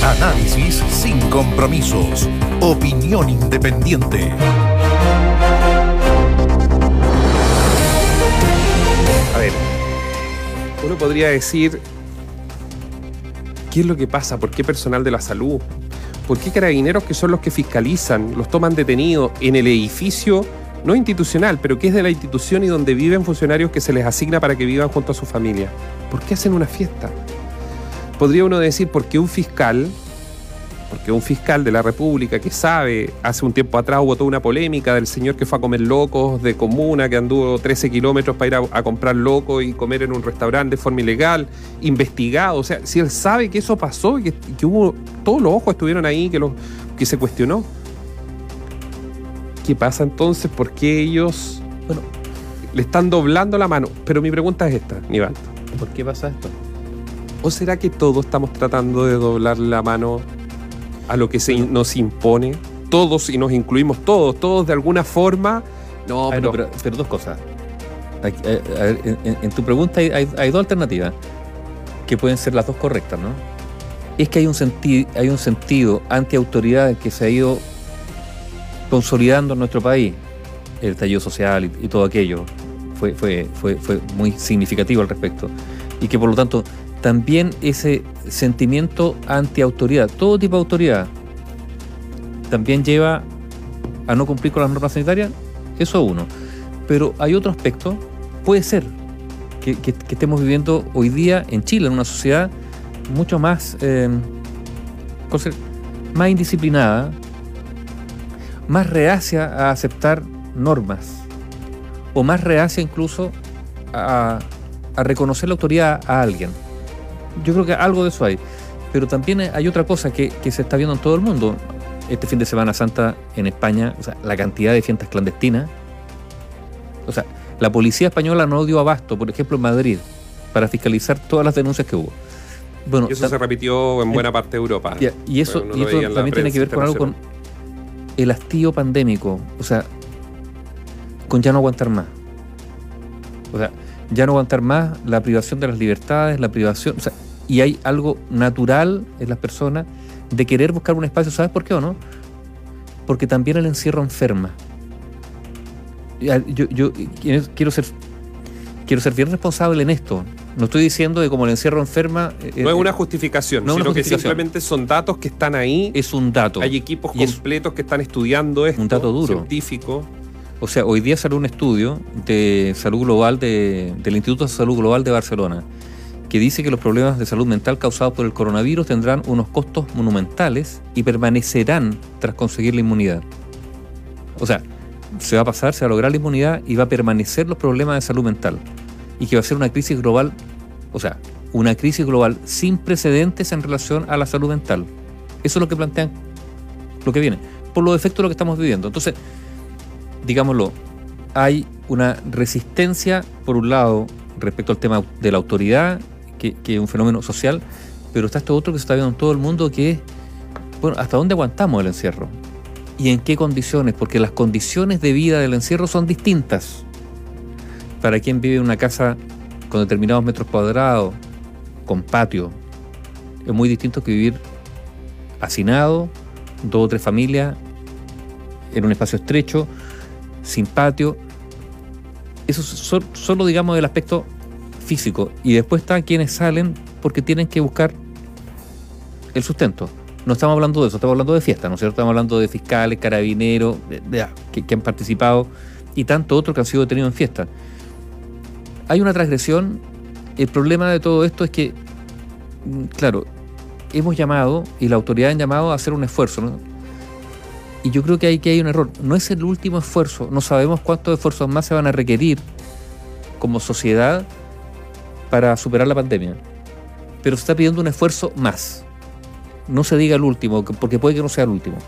Análisis sin compromisos. Opinión independiente. A ver, uno podría decir, ¿qué es lo que pasa? ¿Por qué personal de la salud? ¿Por qué carabineros, que son los que fiscalizan, los toman detenidos en el edificio, no institucional, pero que es de la institución y donde viven funcionarios que se les asigna para que vivan junto a su familia? ¿Por qué hacen una fiesta? Podría uno decir, ¿por qué un fiscal de la República que sabe, hace un tiempo atrás hubo toda una polémica del señor que fue a comer locos de comuna, que anduvo 13 kilómetros para ir a comprar locos y comer en un restaurante de forma ilegal, investigado? O sea, si él sabe que eso pasó, que hubo, todos los ojos estuvieron ahí, que se cuestionó. ¿Qué pasa entonces? ¿Por qué ellos, le están doblando la mano? Pero mi pregunta es esta, Nivaldo. ¿Por qué pasa esto? ¿O será que todos estamos tratando de doblar la mano a lo que nos impone? Todos, y nos incluimos todos de alguna forma. No, pero dos cosas. En tu pregunta hay dos alternativas que pueden ser las dos correctas, ¿no? Es que hay un sentido anti-autoridad que se ha ido consolidando en nuestro país. El estallido social y todo aquello fue muy significativo al respecto, y que por lo tanto también ese sentimiento anti-autoridad, todo tipo de autoridad, también lleva a no cumplir con las normas sanitarias. Eso es uno. Pero hay otro aspecto, puede ser que estemos viviendo hoy día en Chile, en una sociedad mucho más indisciplinada, más reacia a aceptar normas, o más reacia incluso a reconocer la autoridad a alguien. Yo creo que algo de eso hay. Pero también hay otra cosa que se está viendo en todo el mundo. Este fin de Semana Santa en España, o sea, la cantidad de fiestas clandestinas. O sea, la policía española no dio abasto, por ejemplo, en Madrid, para fiscalizar todas las denuncias que hubo. Bueno, y eso se repitió en buena parte de Europa. Y eso también tiene que ver con algo, con el hastío pandémico. O sea, con ya no aguantar más. O sea, ya no aguantar más la privación de las libertades, la privación, o sea, y hay algo natural en las personas de querer buscar un espacio. ¿Sabes por qué o no? Porque también el encierro enferma. Yo quiero ser bien responsable en esto. No estoy diciendo que como el encierro enferma... no es una justificación, sino que simplemente son datos que están ahí. Es un dato. Hay equipos completos que están estudiando esto. Un dato duro. Científico. O sea, hoy día salió un estudio de salud global del Instituto de Salud Global de Barcelona, que dice que los problemas de salud mental causados por el coronavirus tendrán unos costos monumentales y permanecerán tras conseguir la inmunidad. O sea, se va a lograr la inmunidad y va a permanecer los problemas de salud mental. Y que va a ser una crisis global, o sea, una crisis global sin precedentes en relación a la salud mental. Eso es lo que plantean, lo que viene, por los efectos de lo que estamos viviendo. Entonces, digámoslo, hay una resistencia, por un lado, respecto al tema de la autoridad, que es un fenómeno social, pero está esto otro que se está viendo en todo el mundo, que es, bueno, ¿hasta dónde aguantamos el encierro? ¿Y en qué condiciones? Porque las condiciones de vida del encierro son distintas. Para quien vive en una casa con determinados metros cuadrados, con patio, es muy distinto que vivir hacinado, 2 o 3 familias, en un espacio estrecho, sin patio. Eso es solo, digamos, del aspecto físico. Y después están quienes salen porque tienen que buscar el sustento. No estamos hablando de eso, estamos hablando de fiesta, ¿no es cierto? Estamos hablando de fiscales, carabineros, que han participado, y tanto otros que han sido detenidos en fiesta. Hay una transgresión. El problema de todo esto es que, claro, hemos llamado, y la autoridad han llamado a hacer un esfuerzo, ¿no? Y yo creo que hay un error. No es el último esfuerzo. No sabemos cuántos esfuerzos más se van a requerir como sociedad para superar la pandemia. Pero se está pidiendo un esfuerzo más. No se diga el último, porque puede que no sea el último.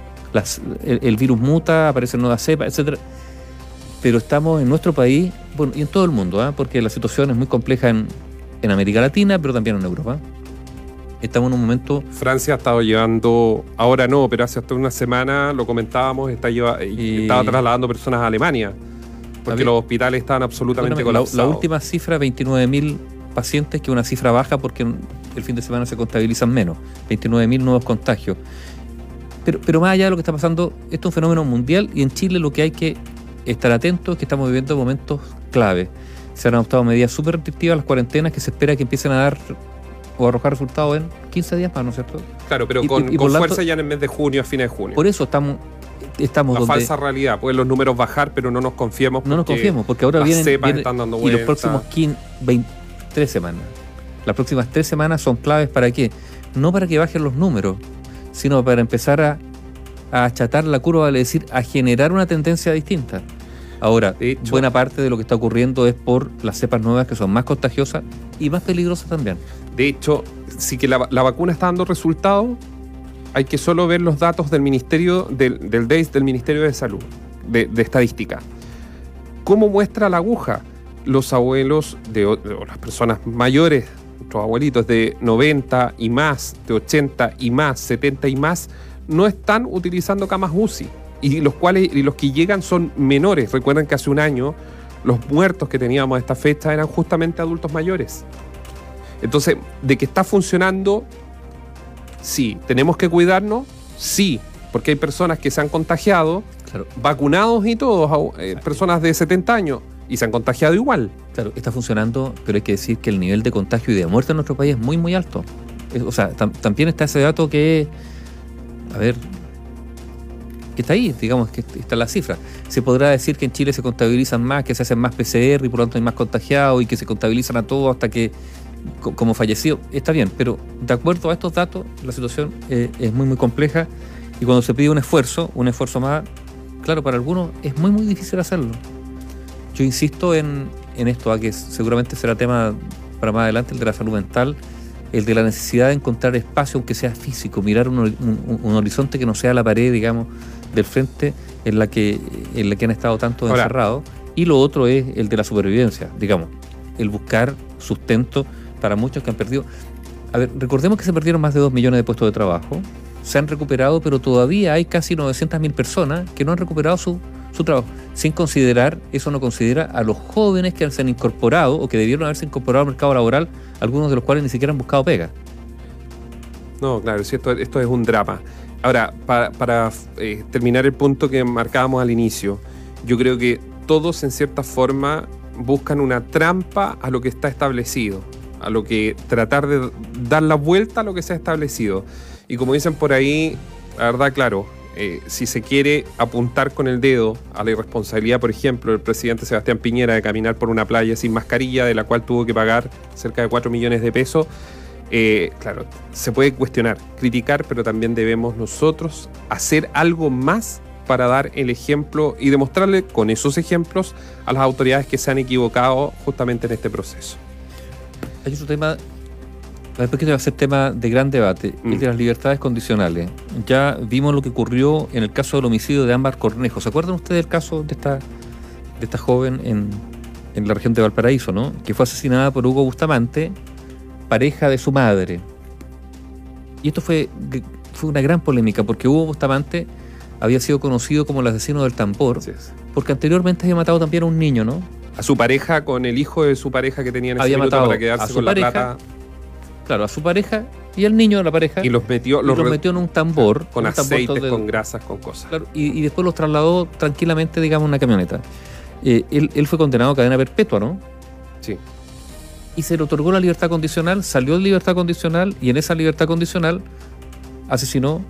El virus muta, aparecen nuevas cepas, etc. Pero estamos en nuestro país, bueno, y en todo el mundo, porque la situación es muy compleja en América Latina, pero también en Europa. Estamos en un momento... Francia ha estado llevando, ahora no, pero hace hasta una semana, lo comentábamos, estaba trasladando personas a Alemania, porque los hospitales estaban absolutamente colapsados. La última cifra, 29.000 pacientes, que es una cifra baja porque el fin de semana se contabilizan menos, 29.000 nuevos contagios. Pero más allá de lo que está pasando, esto es un fenómeno mundial y en Chile lo que hay que estar atentos es que estamos viviendo momentos clave. Se han adoptado medidas súper restrictivas, las cuarentenas, que se espera que empiecen a dar o a arrojar resultados en 15 días más, ¿no es cierto? Claro, pero con fuerza ya en el mes de junio, a fines de junio. Por eso estamos la falsa realidad, pueden los números bajar, pero no nos confiemos. No nos confiemos, porque ahora vienen están dando y los próximos 3 semanas. Las próximas 3 semanas son claves ¿para qué? No para que bajen los números, sino para empezar a achatar la curva, vale decir, a generar una tendencia distinta. Ahora, de hecho, buena parte de lo que está ocurriendo es por las cepas nuevas que son más contagiosas y más peligrosas también. De hecho, sí que la vacuna está dando resultados. Hay que solo ver los datos del Ministerio, del DEIS, del Ministerio de Salud, de Estadística. ¿Cómo muestra la aguja? Los abuelos o las personas mayores, nuestros abuelitos de 90 y más, de 80 y más, 70 y más, no están utilizando camas UCI. Y los que llegan son menores. Recuerden que hace un año los muertos que teníamos a esta fecha eran justamente adultos mayores. Entonces, ¿de que está funcionando? Sí. ¿Tenemos que cuidarnos? Sí, porque hay personas que se han contagiado, claro, vacunados y todos, personas de 70 años, y se han contagiado igual. Claro, está funcionando, pero hay que decir que el nivel de contagio y de muerte en nuestro país es muy, muy alto. O sea, también está ese dato que, que está ahí, digamos, que está la cifra. Se podrá decir que en Chile se contabilizan más, que se hacen más PCR y por lo tanto hay más contagiados y que se contabilizan a todos hasta que como fallecido, está bien, pero de acuerdo a estos datos la situación es muy muy compleja y cuando se pide un esfuerzo más, claro, para algunos es muy muy difícil hacerlo. Yo insisto en esto, que seguramente será tema para más adelante, el de la salud mental, el de la necesidad de encontrar espacio, aunque sea físico, mirar un horizonte que no sea la pared, digamos, del frente en la que han estado tanto encerrados. Y lo otro es el de la supervivencia, digamos, el buscar sustento para muchos que han perdido. A ver, recordemos que se perdieron más de 2 millones de puestos de trabajo, se han recuperado, pero todavía hay casi 900.000 personas que no han recuperado su trabajo, sin considerar, eso no considera a los jóvenes que se han incorporado o que debieron haberse incorporado al mercado laboral, algunos de los cuales ni siquiera han buscado pega. No, claro, sí, esto es un drama. Ahora, para terminar el punto que marcábamos al inicio, yo creo que todos en cierta forma buscan una trampa a lo que está establecido, a lo que tratar de dar la vuelta a lo que se ha establecido. Y como dicen por ahí, la verdad, claro, si se quiere apuntar con el dedo a la irresponsabilidad, por ejemplo, del presidente Sebastián Piñera de caminar por una playa sin mascarilla, de la cual tuvo que pagar cerca de 4 millones de pesos, claro, se puede cuestionar, criticar, pero también debemos nosotros hacer algo más para dar el ejemplo y demostrarle con esos ejemplos a las autoridades que se han equivocado justamente en este proceso. Hay otro tema, después que va a ser tema de gran debate, el de las libertades condicionales. Ya vimos lo que ocurrió en el caso del homicidio de Ámbar Cornejo. ¿Se acuerdan ustedes del caso de esta joven en la región de Valparaíso, ¿no? Que fue asesinada por Hugo Bustamante, pareja de su madre. Y esto fue una gran polémica, porque Hugo Bustamante había sido conocido como el asesino del tambor, porque anteriormente había matado también a un niño, ¿no? A su pareja, con el hijo de su pareja que tenía en ese minuto para quedarse con pareja, la plata. Claro, a su pareja y al niño de la pareja. Y los metió en un tambor. Con aceites, con grasas, con cosas. Claro, y después los trasladó tranquilamente, digamos, en una camioneta. Él fue condenado a cadena perpetua, ¿no? Sí. Y se le otorgó la libertad condicional, salió de libertad condicional y en esa libertad condicional asesinó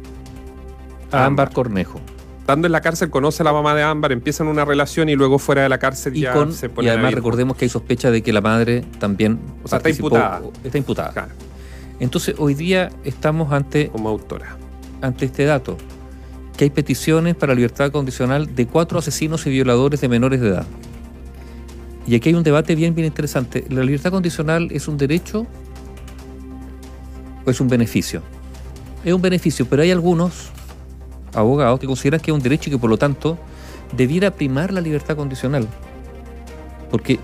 a Ámbar Cornejo. Estando en la cárcel conoce a la mamá de Ámbar, empiezan una relación y luego fuera de la cárcel se pone. Y además recordemos que hay sospecha de que la madre también está imputada. Está imputada. Claro. Entonces hoy día estamos como autora ante este dato, que hay peticiones para libertad condicional de 4 asesinos y violadores de menores de edad. Y aquí hay un debate bien interesante. ¿La libertad condicional es un derecho o es un beneficio? Es un beneficio, pero hay algunos abogados que consideran que es un derecho y que por lo tanto debiera primar la libertad condicional. Porque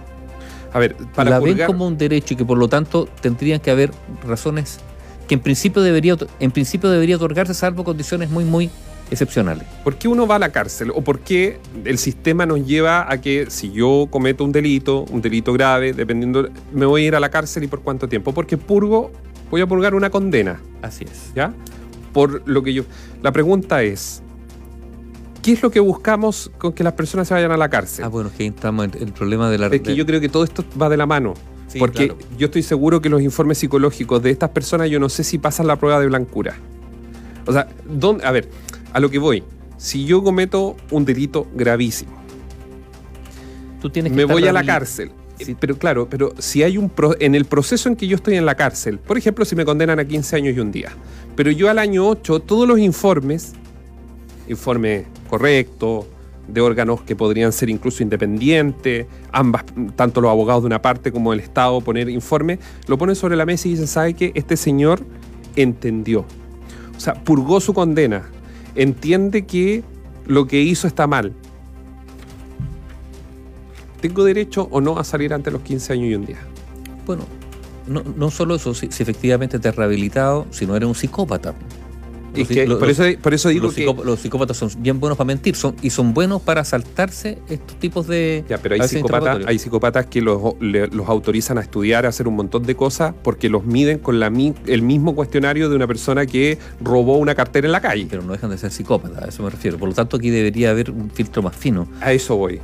la ven como un derecho y que por lo tanto tendrían que haber razones que en principio debería otorgarse salvo condiciones muy, muy excepcionales. ¿Por qué uno va a la cárcel? ¿O por qué el sistema nos lleva a que si yo cometo un delito grave, dependiendo, me voy a ir a la cárcel y por cuánto tiempo? Porque voy a purgar una condena. Así es. ¿Ya? Por lo que la pregunta es, ¿qué es lo que buscamos con que las personas se vayan a la cárcel? Bueno, es que ahí estamos en el problema de la... Es que yo creo que todo esto va de la mano. Sí, porque claro. yo estoy seguro que los informes psicológicos de estas personas, yo no sé si pasan la prueba de blancura. O sea, a ver, a lo que voy. Si yo cometo un delito gravísimo, Tú tienes que me estar voy a la cárcel. Sí. Pero claro, si hay en el proceso en que yo estoy en la cárcel, por ejemplo, si me condenan a 15 años y un día, pero yo al año 8, todos los informe correcto, de órganos que podrían ser incluso independientes, ambas, tanto los abogados de una parte como el Estado, poner informe, lo ponen sobre la mesa y dicen, ¿sabe qué? Este señor entendió. O sea, purgó su condena, entiende que lo que hizo está mal. ¿Tengo derecho o no a salir antes de los 15 años y un día? Bueno, no solo eso, si efectivamente te has rehabilitado, si no eres un psicópata. Y que, por eso digo los psicópatas son bien buenos para mentir son buenos para saltarse estos tipos de... Ya, pero hay psicópatas que los autorizan a estudiar, a hacer un montón de cosas porque los miden con el mismo cuestionario de una persona que robó una cartera en la calle. Pero no dejan de ser psicópatas, a eso me refiero. Por lo tanto, aquí debería haber un filtro más fino. A eso voy.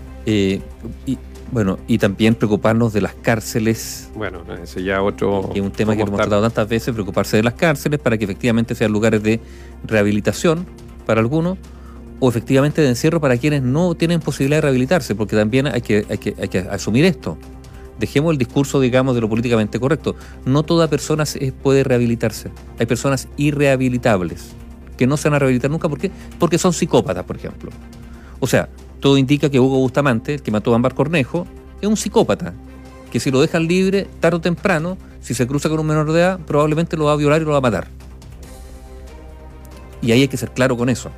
Y también preocuparnos de las cárceles. Bueno, ese ya otro... Que es un tema que hemos tratado tantas veces, preocuparse de las cárceles para que efectivamente sean lugares de rehabilitación para algunos, o efectivamente de encierro para quienes no tienen posibilidad de rehabilitarse, porque también hay que asumir esto. Dejemos el discurso, digamos, de lo políticamente correcto. No toda persona puede rehabilitarse. Hay personas irrehabilitables que no se van a rehabilitar nunca. ¿Por qué? Porque son psicópatas, por ejemplo. O sea, todo indica que Hugo Bustamante, el que mató a Ámbar Cornejo, es un psicópata, que si lo dejan libre, tarde o temprano, si se cruza con un menor de edad, probablemente lo va a violar y lo va a matar. Y ahí hay que ser claro con eso.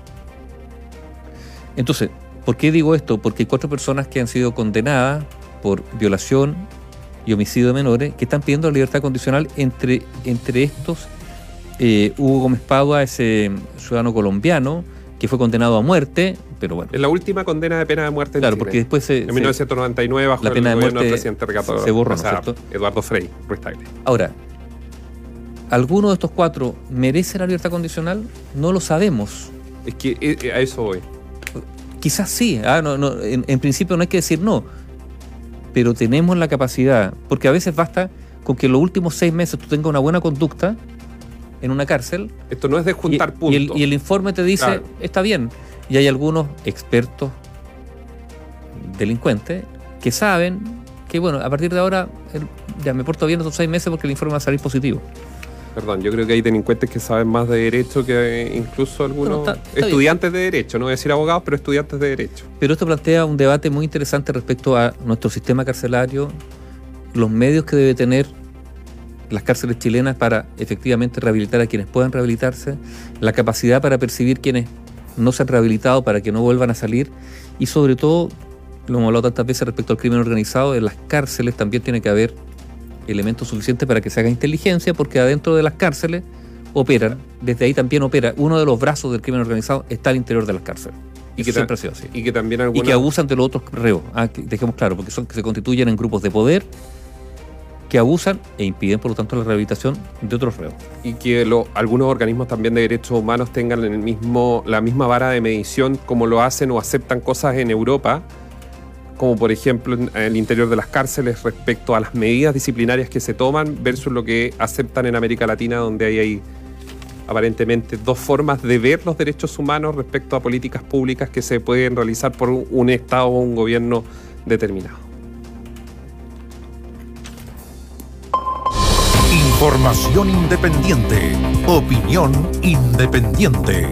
Entonces, ¿por qué digo esto? Porque hay 4 personas que han sido condenadas por violación y homicidio de menores que están pidiendo la libertad condicional. Entre estos, Hugo Gómez Padua, ese ciudadano colombiano, que fue condenado a muerte, pero bueno. Es la última condena de pena de muerte en Claro, Chile. porque después en 1999 bajo la pena el de gobierno del muerte presidente se borró, ¿no es cierto? Eduardo Frei Ruiz Tagle. Ahora, ¿alguno de estos 4 merece la libertad condicional? No lo sabemos. Es que a eso voy. Quizás sí, en principio no hay que decir no, pero tenemos la capacidad, porque a veces basta con que los últimos 6 meses tú tengas una buena conducta en una cárcel. Esto no es de juntar puntos. Y el informe te dice, claro, está bien. Y hay algunos expertos delincuentes que saben que, bueno, a partir de ahora ya me porto bien estos 6 meses porque el informe va a salir positivo. Perdón, yo creo que hay delincuentes que saben más de derecho que incluso algunos estudiantes de derecho, no voy a decir abogados, pero estudiantes de derecho. Pero esto plantea un debate muy interesante respecto a nuestro sistema carcelario, los medios que debe tener las cárceles chilenas para efectivamente rehabilitar a quienes puedan rehabilitarse, la capacidad para percibir quienes no se han rehabilitado para que no vuelvan a salir, y sobre todo, lo hemos hablado tantas veces respecto al crimen organizado, en las cárceles también tiene que haber elementos suficientes para que se haga inteligencia, porque adentro de las cárceles operan, desde ahí también opera, uno de los brazos del crimen organizado está al interior de las cárceles. Y que siempre ha sido así. Y que también y que abusan de los otros reos, que dejemos claro, porque que se constituyen en grupos de poder que abusan e impiden, por lo tanto, la rehabilitación de otros reos. Y que algunos organismos también de derechos humanos tengan la misma vara de medición como lo hacen o aceptan cosas en Europa, como por ejemplo en el interior de las cárceles respecto a las medidas disciplinarias que se toman versus lo que aceptan en América Latina, donde hay aparentemente 2 formas de ver los derechos humanos respecto a políticas públicas que se pueden realizar por un Estado o un gobierno determinado. Información independiente. Opinión independiente.